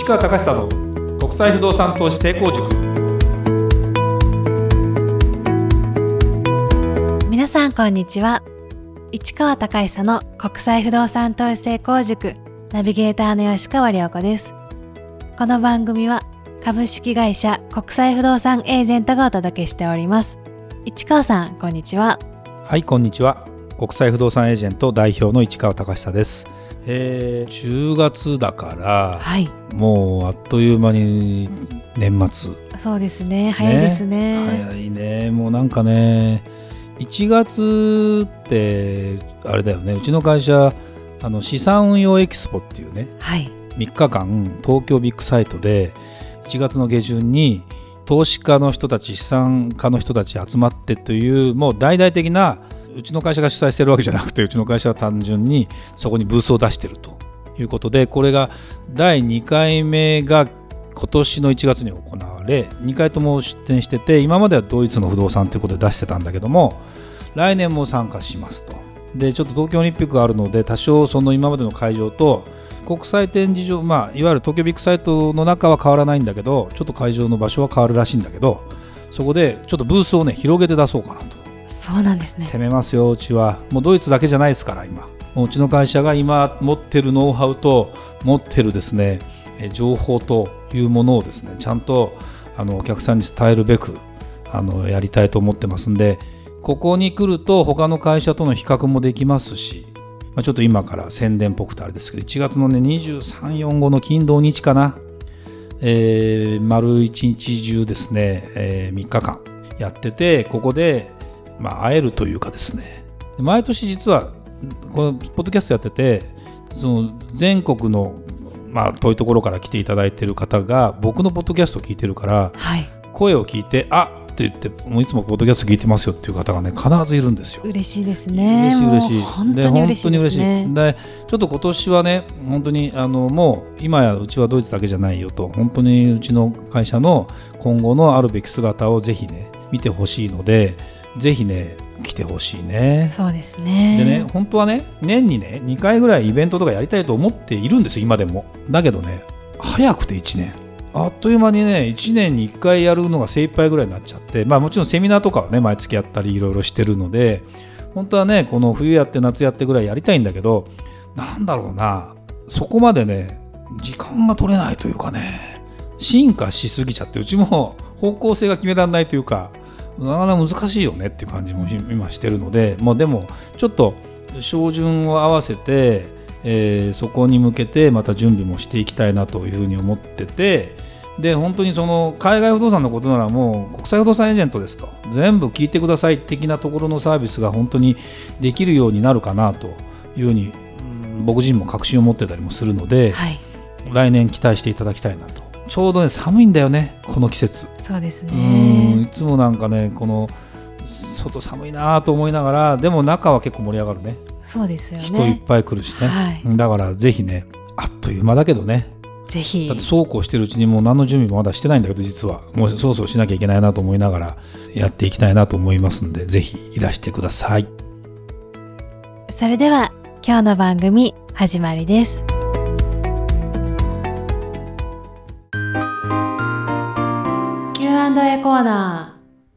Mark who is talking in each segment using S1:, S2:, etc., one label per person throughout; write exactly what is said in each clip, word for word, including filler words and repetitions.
S1: 川隆久の国際不動産投資成功塾。
S2: 皆さんこんにちは。市川隆久の国際不動産投資成功塾ナビゲーターの吉川良子です。この番組は株式会社国際不動産エージェントがお届けしております。市川さんこんにちは。
S1: はい、こんにちは。国際不動産エージェント代表の市川隆久です。えー、じゅうがつだから、
S2: はい、も
S1: うあっという間に年末。
S2: そうですね、早いですね。
S1: 早いね。もうなんかね、いちがつってあれだよね、うちの会社あの資産運用エキスポっていうね、
S2: はい、
S1: みっかかん東京ビッグサイトでいちがつの下旬に投資家の人たち資産家の人たち集まってという、もう大々的な、うちの会社が主催してるわけじゃなくて、うちの会社は単純にそこにブースを出してるということで、これがだいにかいめが今年のいちがつに行われ、にかいとも出展してて、今まではドイツの不動産ということで出してたんだけども、来年も参加しますと。でちょっと東京オリンピックがあるので、多少その今までの会場と国際展示場、まあ、いわゆる東京ビッグサイトの中は変わらないんだけど、ちょっと会場の場所は変わるらしいんだけど、そこでちょっとブースをね広げて出そうかなと。
S2: そうなんですね。
S1: 攻めますよ。うちはもうドイツだけじゃないですから、今もううちの会社が今持ってるノウハウと持ってるですね情報というものをですね、ちゃんとあのお客さんに伝えるべくあのやりたいと思ってますんで、ここに来ると他の会社との比較もできますし、まあ、ちょっと今から宣伝っぽくてあれですけど、いちがつの、ね、にじゅうさん、よん、ごの金土日かな、えー、丸一日中ですね、えー、みっかかんやってて、ここで、まあ、会えるというかですね、毎年実はこのポッドキャストやってて、その全国の、まあ、遠いところから来ていただいている方が僕のポッドキャストを聞いてるから、はい、声を聞いてあって言って、もういつもポッドキャスト聞いてますよっていう方がね必ずいるんですよ。
S2: 嬉しいですね。
S1: 嬉しい嬉しい。
S2: 本当に嬉しいですね。
S1: でちょっと今年はね、本当にあのもう今やうちはドイツだけじゃないよと、本当にうちの会社の今後のあるべき姿をぜひね見てほしいので、ぜひね来てほしいね。
S2: そうですね。
S1: でね、本当はね年にねにかいぐらいイベントとかやりたいと思っているんですよ、今でも。だけどね、早くていちねん、あっという間にねいちねんにいっかいやるのが精一杯ぐらいになっちゃって、まあもちろんセミナーとかはね毎月やったりいろいろしてるので、本当はねこの冬やって夏やってぐらいやりたいんだけど、なんだろうな、そこまでね時間が取れないというかね、進化しすぎちゃって、うちも方向性が決められないというか、なかなか難しいよねっていう感じも今してるので、もうでもちょっと照準を合わせて、えー、そこに向けてまた準備もしていきたいなというふうに思ってて、で本当にその海外不動産のことならもう国際不動産エージェントですと、全部聞いてください的なところのサービスが本当にできるようになるかなというふうに、うん、僕自身も確信を持ってたりもするので、はい、来年期待していただきたいなと。ちょうどね寒いんだよね、この季節。
S2: そうですね。
S1: うん、いつもなんかねこの外寒いなと思いながら、でも中は結構盛り上がるね。
S2: そうですよね。
S1: 人いっぱい来るしね、はい、だからぜひね、あっという間だけどね、
S2: ぜひ。
S1: だってそうこうしてるうちにもう何の準備もまだしてないんだけど、実はもうそろそろしなきゃいけないなと思いながらやっていきたいなと思いますんで、ぜひいらしてください。
S2: それでは今日の番組始まりです。キューアンドエー コーナ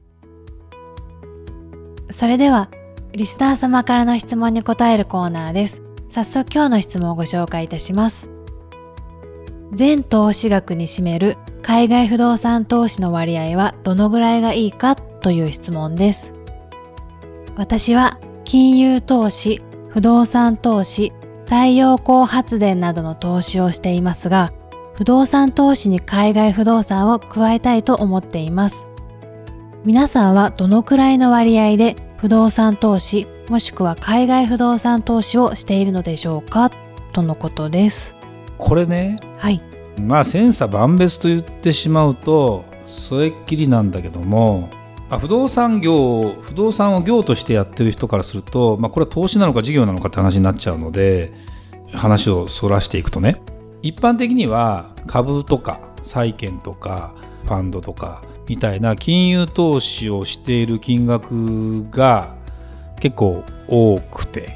S2: ー。それではリスナー様からの質問に答えるコーナーです。早速今日の質問をご紹介いたします。全投資額に占める海外不動産投資の割合はどのぐらいがいいかという質問です。私は金融投資、不動産投資、太陽光発電などの投資をしていますが、不動産投資に海外不動産を加えたいと思っています。皆さんはどのくらいの割合で不動産投資もしくは海外不動産投資をしているのでしょうか、とのことです。
S1: これね、
S2: はい、
S1: まあ千差万別と言ってしまうとそれっきりなんだけども、まあ、不動産業不動産を業としてやってる人からすると、まあ、これは投資なのか事業なのかって話になっちゃうので、話をそらしていくとね、一般的には株とか債券とかファンドとかみたいな金融投資をしている金額が結構多くて、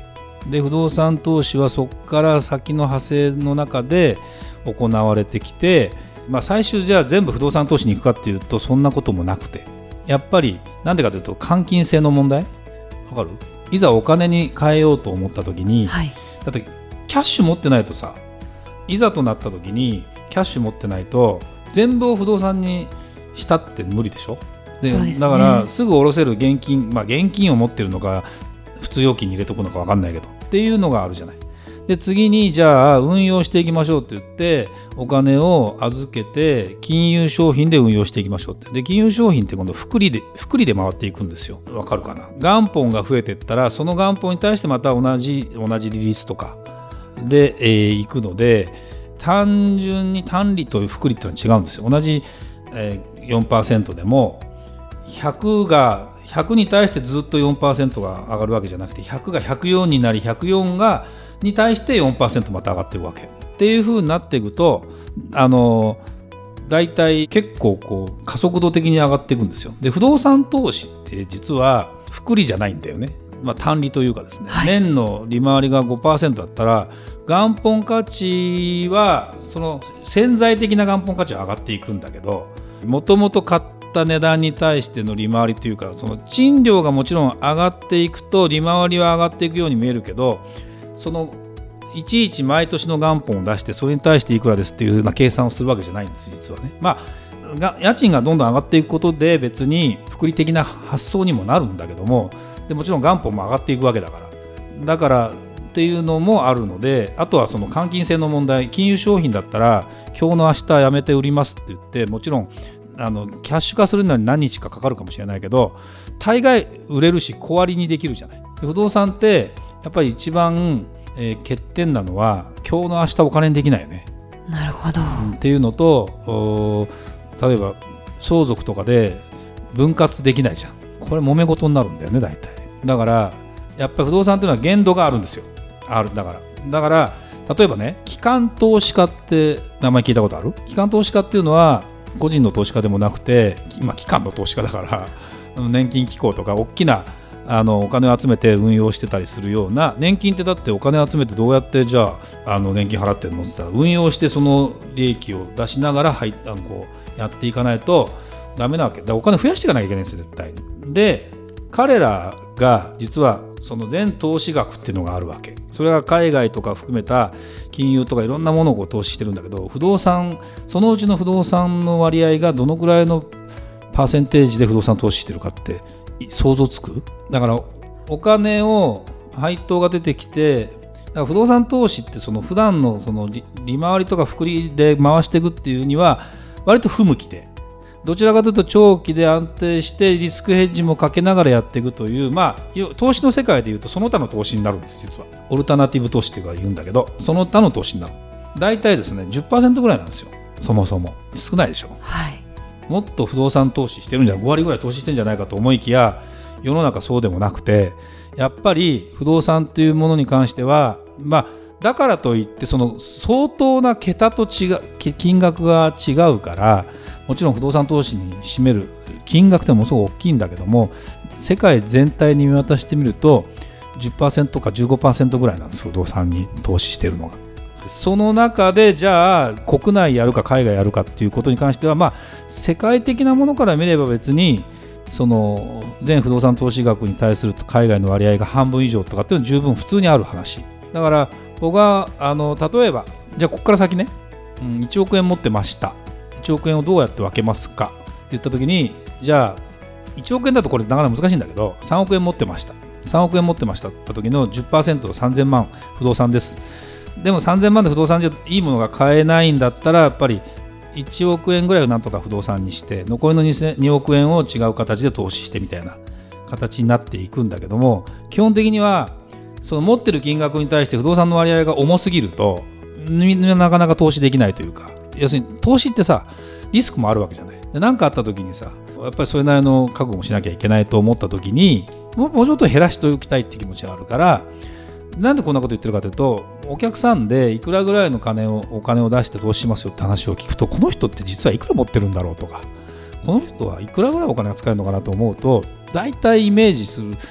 S1: で不動産投資はそこから先の派生の中で行われてきて、まあ、最終じゃあ全部不動産投資に行くかっていうとそんなこともなくて、やっぱりなんでかというと換金性の問題。わかる？いざお金に変えようと思った時に、はい、だってキャッシュ持ってないとさ、いざとなった時にキャッシュ持ってないと全部を不動産にしたって無理でしょ。でそうですね、だからすぐ下ろせる現金、まあ、現金を持ってるのか普通預金に入れとくのか分かんないけどっていうのがあるじゃない。で次にじゃあ運用していきましょうって言ってお金を預けて金融商品で運用していきましょうって。で金融商品って今度複利で複利で回っていくんですよ。わかるかな。元本が増えていったらその元本に対してまた同じ同じ利率とかで、えー、いくので、単純に単利と複利ってのは違うんですよ。同じ、えー、よんパーセント でもひゃくがひゃくに対してずっと よんパーセント が上がるわけじゃなくて、ひゃくがひゃくよんになりひゃくよんがに対して よんパーセント また上がっていくわけっていう風になっていくと、あのだいたい結構こう加速度的に上がっていくんですよ。で不動産投資って実は複利じゃないんだよね。まあ、単利というかですね、はい、年の利回りが ごパーセント だったら元本価値はその潜在的な元本価値は上がっていくんだけど、もともと買った値段に対しての利回りというか、その賃料がもちろん上がっていくと利回りは上がっていくように見えるけど、そのいちいち毎年の元本を出してそれに対していくらですっていうような計算をするわけじゃないんです実はね。まあ家賃がどんどん上がっていくことで別に複利的な発想にもなるんだけども、でもちろん元本も上がっていくわけだからだからっていうのもあるので、あとはその換金性の問題。金融商品だったら今日の明日やめて売りますって言って、もちろんあのキャッシュ化するのに何日かかかるかもしれないけど、大概売れるし小割りにできるじゃない。で不動産ってやっぱり一番、えー、欠点なのは今日の明日お金にできないよね。
S2: なるほど、
S1: うん、っていうのと、例えば相続とかで分割できないじゃん。これ揉め事になるんだよね大体。だからやっぱり不動産っていうのは限度があるんですよ。あるだからだから例えばね、機関投資家って名前聞いたことある？機関投資家っていうのは個人の投資家でもなくて、まあ、機関の投資家だから年金機構とか大きなあのお金を集めて運用してたりするような。年金ってだってお金を集めてどうやってじゃあ、あの年金払ってるのって言ったら、運用してその利益を出しながら入あのこうやっていかないとダメなわけだから、お金増やしていかなきゃいけないんですよ絶対に。で彼らが実はその全投資額っていうのがあるわけ。それが海外とか含めた金融とかいろんなものを投資してるんだけど、不動産そのうちの不動産の割合がどのくらいのパーセンテージで不動産投資してるかって想像つく？だからお金を配当が出てきて、だから不動産投資ってその普段のその 利, 利回りとか複利で回していくっていうには割と不向きで、どちらかというと長期で安定してリスクヘッジもかけながらやっていくという、まあ投資の世界でいうとその他の投資になるんです実は。オルタナティブ投資っていうか言うんだけど、その他の投資になる。大体ですね じゅっパーセント ぐらいなんですよ。そもそも少ないでしょ。
S2: はい。
S1: もっと不動産投資してるんじゃご割ぐらい投資してるんじゃないかと思いきや、世の中そうでもなくて、やっぱり不動産というものに関しては、まあだからといってその相当な桁と違う金額が違うから、もちろん不動産投資に占める金額ってものすごく大きいんだけども、世界全体に見渡してみると じゅっパーセント か じゅうごパーセント ぐらいなんです、不動産に投資してるのが。その中でじゃあ国内やるか海外やるかっていうことに関しては、まあ世界的なものから見れば別にその全不動産投資額に対する海外の割合が半分以上とかっていうのは十分普通にある話だから、僕はあの例えばじゃあここから先ね、うん、いちおくえん持ってました。いちおくえんをどうやって分けますかって言った時に、じゃあいちおくえんだとこれなかなか難しいんだけど、さんおくえん持ってましたさんおくえん持ってましたって言った時の じゅっパーセント さんぜんまん不動産です。でもさんぜんまんで不動産じゃいいものが買えないんだったら、やっぱりいちおくえんぐらいをなんとか不動産にして、残りのにおくえんを違う形で投資してみたいな形になっていくんだけども、基本的にはその持ってる金額に対して不動産の割合が重すぎるとなかなか投資できないというか、要するに投資ってさリスクもあるわけじゃない。で何かあった時にさ、やっぱりそれなりの覚悟もしなきゃいけないと思った時に、もうちょっと減らしておきたいって気持ちがあるから、なんでこんなこと言ってるかというと、お客さんでいくらぐらいの金をお金を出して投資しますよって話を聞くと、この人って実はいくら持ってるんだろうとか、この人はいくらぐらいお金が使えるのかなと思うと、大体イメージする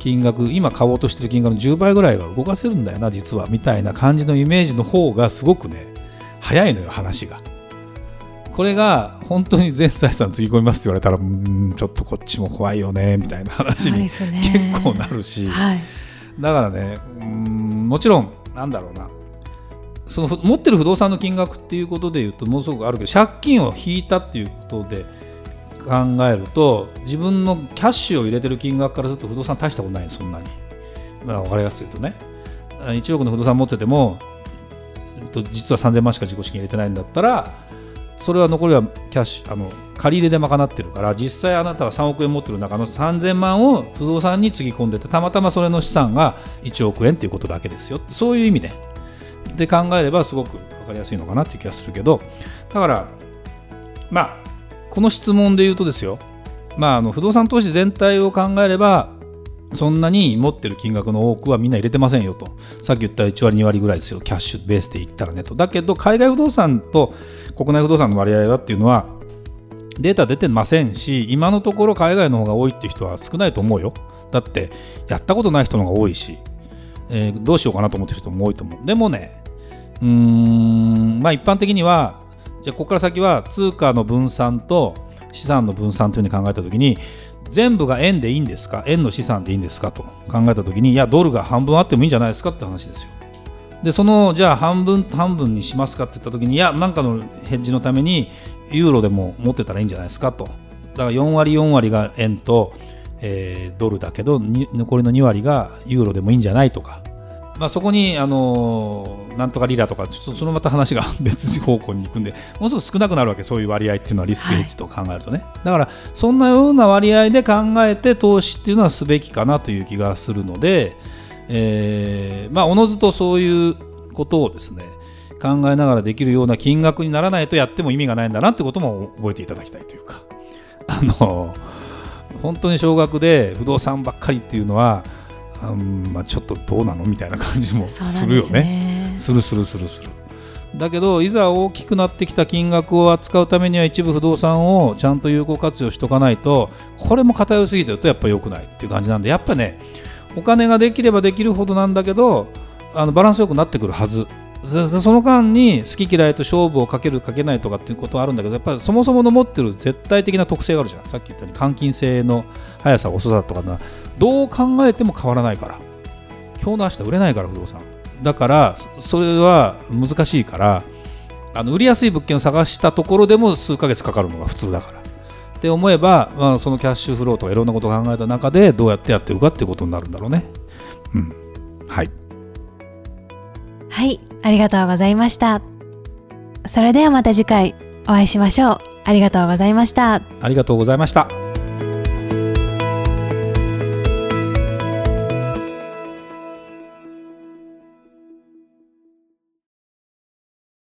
S1: 金額、今買おうとしてる金額のじゅうばいぐらいは動かせるんだよな実はみたいな感じのイメージの方がすごくね早いのよ話が。これが本当に全財産つぎ込みますって言われたら、うーんちょっとこっちも怖いよねみたいな話に結構なるし、はい、だからね、うーんもちろんなんだろうな、その持ってる不動産の金額っていうことでいうとものすごくあるけど、借金を引いたっていうことで考えると自分のキャッシュを入れてる金額からすると不動産大したことない、そんなに、まあ、分かりやすいとね、いちおくの不動産持ってても実はさんぜんまんしか自己資金入れてないんだったら、それは残りはキャッシュあの借り入れで賄ってるから、実際あなたはさんおくえん持ってる中のさんぜんまんを不動産につぎ込んでて、たまたまそれの資産がいちおくえんっていうことだけですよ、そういう意味でで考えればすごく分かりやすいのかなっていう気がするけど、だからまあこの質問で言うとですよ、まあ、あの不動産投資全体を考えればそんなに持ってる金額の多くはみんな入れてませんよと、さっき言ったいちわりにわりぐらいですよ、キャッシュベースで言ったらねと。だけど海外不動産と国内不動産の割合はっていうのはデータ出てませんし、今のところ海外の方が多いっていう人は少ないと思うよ。だってやったことない人の方が多いし、えー、どうしようかなと思ってる人も多いと思う。でもね、うーんまあ一般的にはじゃあここから先は通貨の分散と資産の分散というふうに考えたときに、全部が円でいいんですか、円の資産でいいんですかと考えたときに、いやドルが半分あってもいいんじゃないですかって話ですよ。でそのじゃあ半分半分にしますかって言ったときに、いやなんかのヘッジのためにユーロでも持ってたらいいんじゃないですかと。だからよんわりよんわりが円と、えー、ドルだけど残りのにわりがユーロでもいいんじゃないとか、まあ、そこにあのなんとかリラとかちょっとそのまた話が別方向に行くんで、もうすぐ少なくなるわけ、そういう割合っていうのはリスクヘッジと考えるとね、はい、だからそんなような割合で考えて投資っていうのはすべきかなという気がするので、えー、まあおのずとそういうことをですね考えながらできるような金額にならないとやっても意味がないんだなってことも覚えていただきたいというか、あの本当に少額で不動産ばっかりっていうのはうん、まあ、ちょっとどうなのみたいな感じもするよね。するするするする。だけどいざ大きくなってきた金額を扱うためには一部不動産をちゃんと有効活用しとかないと、これも偏りすぎてるとやっぱり良くないっていう感じなんで、やっぱねお金ができればできるほどなんだけど、あのバランスよくなってくるはず。その間に好き嫌いと勝負をかけるかけないとかっていうことはあるんだけど、やっぱりそもそもの持ってる絶対的な特性があるじゃん。さっき言ったように換金性の速さ遅さとかな、どう考えても変わらないから、今日の明日売れないから不動産だから、それは難しいから、あの売りやすい物件を探したところでも数ヶ月かかるのが普通だからって思えば、まあ、そのキャッシュフローとかいろんなことを考えた中でどうやってやっていくかっていうことになるんだろうね。うん、はい
S2: はい、ありがとうございました。それではまた次回お会いしましょう。ありがとうございました。
S1: ありがとうございました。